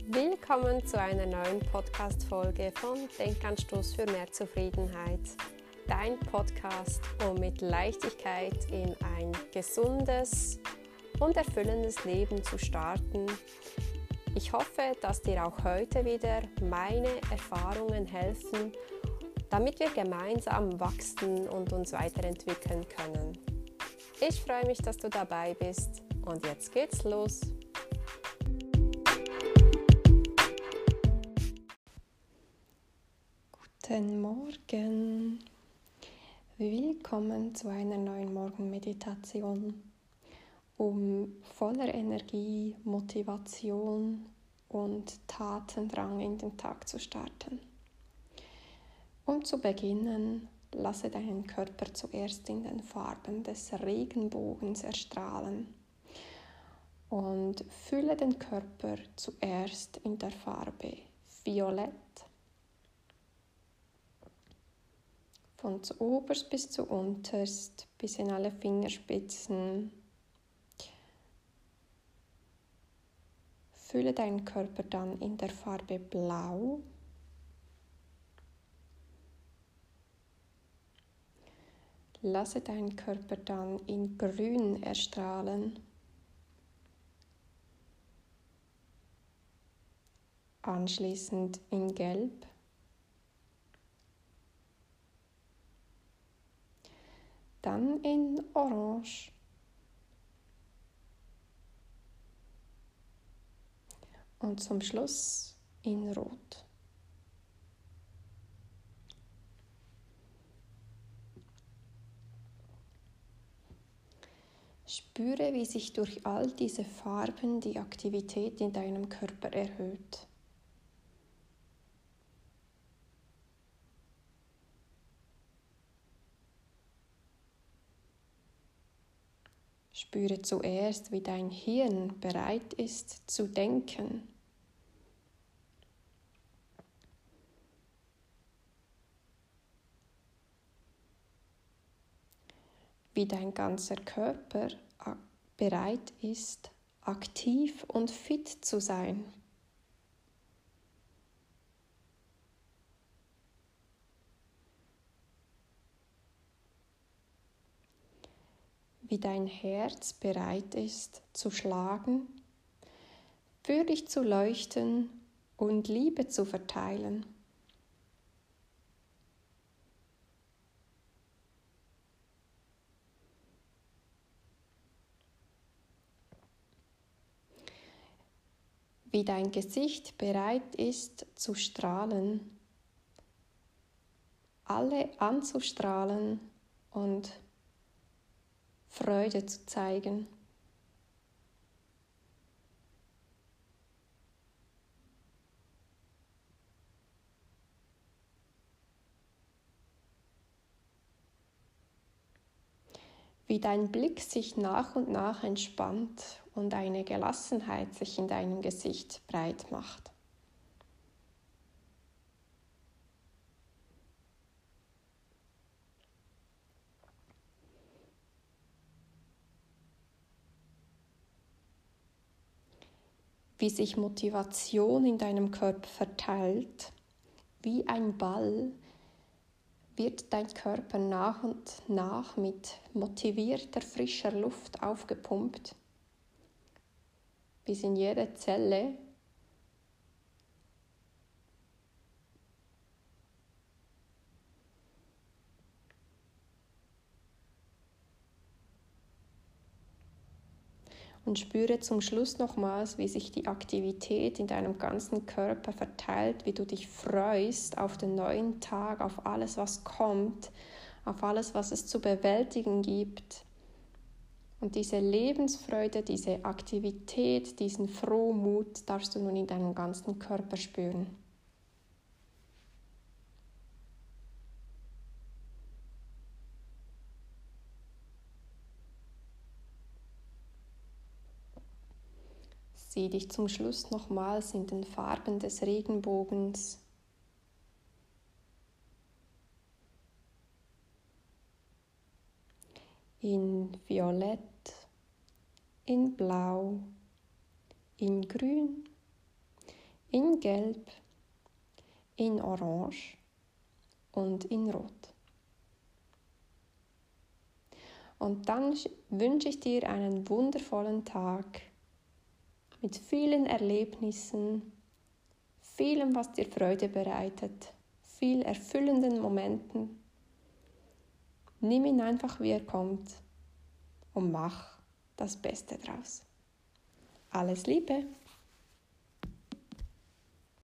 Willkommen zu einer neuen Podcast-Folge von Denkanstoß für mehr Zufriedenheit. Dein Podcast, um mit Leichtigkeit in ein gesundes und erfüllendes Leben zu starten. Ich hoffe, dass dir auch heute wieder meine Erfahrungen helfen, damit wir gemeinsam wachsen und uns weiterentwickeln können. Ich freue mich, dass du dabei bist und jetzt geht's los. Guten Morgen, willkommen zu einer neuen Morgenmeditation, um voller Energie, Motivation und Tatendrang in den Tag zu starten. Um zu beginnen, lasse deinen Körper zuerst in den Farben des Regenbogens erstrahlen und fülle den Körper zuerst in der Farbe Violett. Von zu oberst bis zu unterst, bis in alle Fingerspitzen. Fülle deinen Körper dann in der Farbe Blau. Lasse deinen Körper dann in Grün erstrahlen. Anschließend in Gelb. Dann in Orange und zum Schluss in Rot. Spüre, wie sich durch all diese Farben die Aktivität in deinem Körper erhöht. Spüre zuerst, wie dein Hirn bereit ist zu denken. Wie dein ganzer Körper bereit ist, aktiv und fit zu sein. Wie dein Herz bereit ist zu schlagen, für dich zu leuchten und Liebe zu verteilen. Wie dein Gesicht bereit ist zu strahlen, alle anzustrahlen und Freude zu zeigen. Wie dein Blick sich nach und nach entspannt und eine Gelassenheit sich in deinem Gesicht breit macht. Wie sich Motivation in deinem Körper verteilt, wie ein Ball, wird dein Körper nach und nach mit motivierter, frischer Luft aufgepumpt, bis in jede Zelle und spüre zum Schluss nochmals, wie sich die Aktivität in deinem ganzen Körper verteilt, wie du dich freust auf den neuen Tag, auf alles, was kommt, auf alles, was es zu bewältigen gibt. Und diese Lebensfreude, diese Aktivität, diesen Frohmut darfst du nun in deinem ganzen Körper spüren. Sieh dich zum Schluss nochmals in den Farben des Regenbogens. In Violett, in Blau, in Grün, in Gelb, in Orange und in Rot. Und dann wünsche ich dir einen wundervollen Tag mit vielen Erlebnissen, vielem, was dir Freude bereitet, viel erfüllenden Momenten. Nimm ihn einfach, wie er kommt, und mach das Beste draus. Alles Liebe!